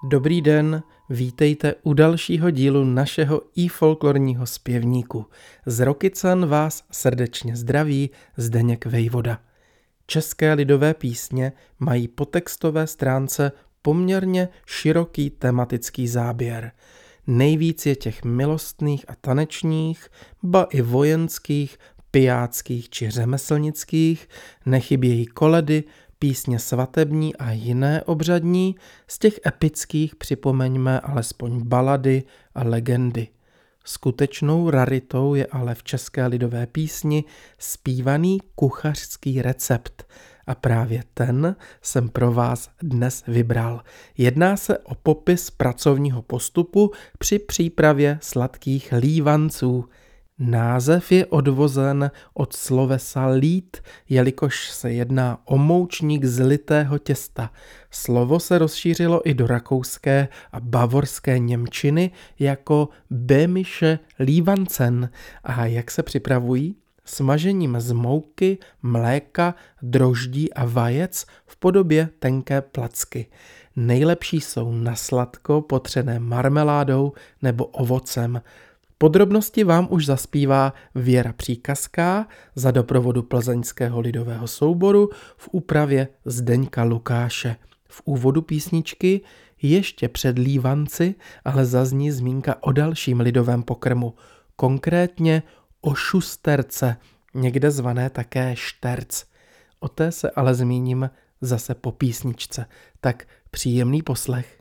Dobrý den, vítejte u dalšího dílu našeho folklorního zpěvníku. Z Rokycan vás srdečně zdraví Zdeněk Vejvoda. České lidové písně mají po textové stránce poměrně široký tematický záběr. Nejvíc je těch milostných a tanečních, ba i vojenských, pijáckých či řemeslnických, nechybějí koledy, písně svatební a jiné obřadní, z těch epických připomeňme alespoň balady a legendy. Skutečnou raritou je ale v české lidové písni zpívaný kuchařský recept a právě ten jsem pro vás dnes vybral. Jedná se o popis pracovního postupu při přípravě sladkých lívanců. Název je odvozen od slovesa lít, jelikož se jedná o moučník z litého těsta. Slovo se rozšířilo i do rakouské a bavorské němčiny jako böhmische Lívancen. A jak se připravují? Smažením z mouky, mléka, droždí a vajec v podobě tenké placky. Nejlepší jsou na sladko potřené marmeládou nebo ovocem. Podrobnosti vám už zaspívá Věra Příkazská za doprovodu plzeňského lidového souboru v úpravě Zdeňka Lukáše. V úvodu písničky ještě před lívanci ale zazní zmínka o dalším lidovém pokrmu, konkrétně o šusterce, někde zvané také šterc. O té se ale zmíním zase po písničce, tak příjemný poslech.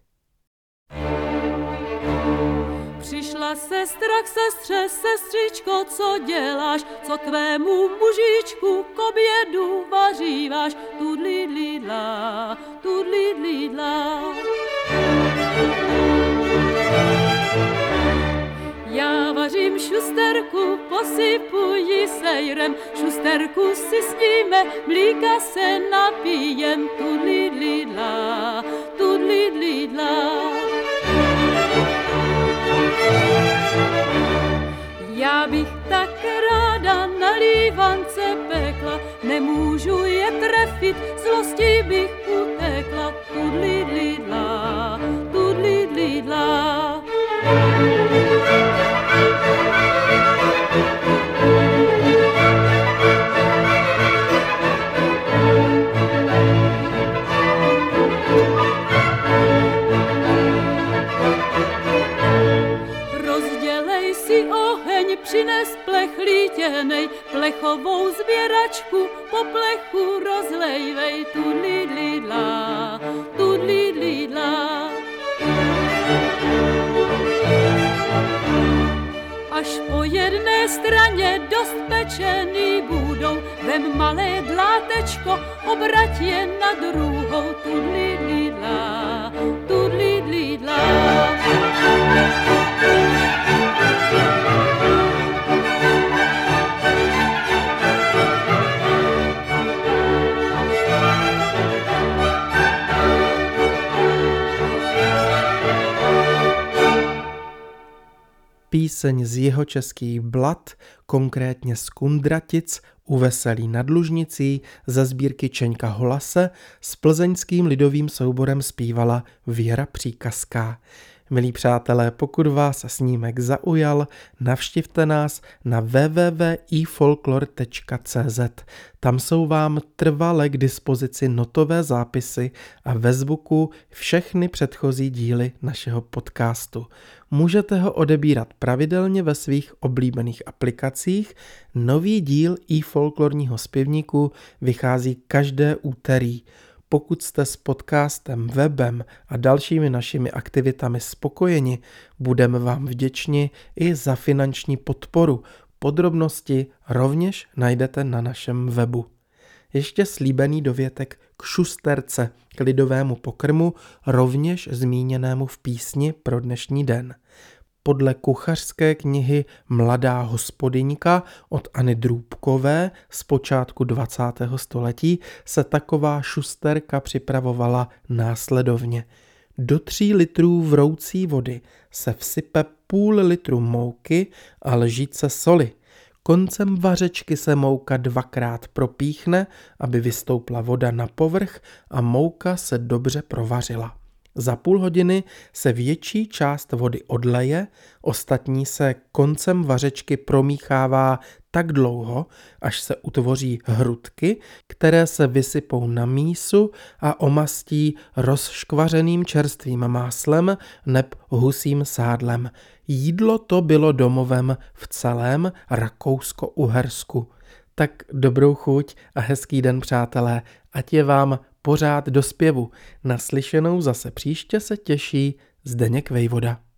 Přišla sestra k sestře, sestřičko, co děláš, co tvému mužičku k obědu vaříváš, tudlidlidla, tudlidlidla. Já vařím šusterku, posypuji sejrem, šusterku si sníme, mlíka se napijem, tudlidlidla, tudlidlidla. Já bych tak ráda na lívance pekla, nemůžu je trefit, zlosti bych utekla, tudlidlidla, tudlidlidla. Přines plech lítěnej, plechovou sběračku po plechu rozlejvej, tudlidlidla, tudlidlidla. Až po jedné straně dost pečený budou, vem malé dlátečko, obrať je na druhou, tudlidlidla, tudlidlidla. Píseň z jihočeských Blat, konkrétně z Kundratic, u Veselí nad Lužnicí, ze sbírky Čeňka Holase, s plzeňským lidovým souborem zpívala Věra Příkazská. Milí přátelé, pokud vás snímek zaujal, navštivte nás na www.ifolklor.cz. Tam jsou vám trvale k dispozici notové zápisy a ve zvuku všechny předchozí díly našeho podcastu. Můžete ho odebírat pravidelně ve svých oblíbených aplikacích. Nový díl ifolklorního zpěvníku vychází každé úterý. Pokud jste s podcastem, webem a dalšími našimi aktivitami spokojeni, budeme vám vděční i za finanční podporu. Podrobnosti rovněž najdete na našem webu. Ještě slíbený dovětek k šusterce, k lidovému pokrmu, rovněž zmíněnému v písni pro dnešní den. Podle kuchařské knihy Mladá hospodyňka od Anny Drůbkové z počátku 20. století se taková šusterka připravovala následovně. Do 3 litrů vroucí vody se vsype půl litru mouky a lžíce soli. Koncem vařečky se mouka 2krát propíchne, aby vystoupla voda na povrch a mouka se dobře provařila. Za půl hodiny se větší část vody odleje, ostatní se koncem vařečky promíchává tak dlouho, až se utvoří hrudky, které se vysypou na mísu a omastí rozškvařeným čerstvým máslem neb husím sádlem. Jídlo to bylo domovem v celém Rakousko-Uhersku. Tak dobrou chuť a hezký den, přátelé, ať je vám pořád do zpěvu. Naslyšenou zase příště se těší Zdeněk Vejvoda.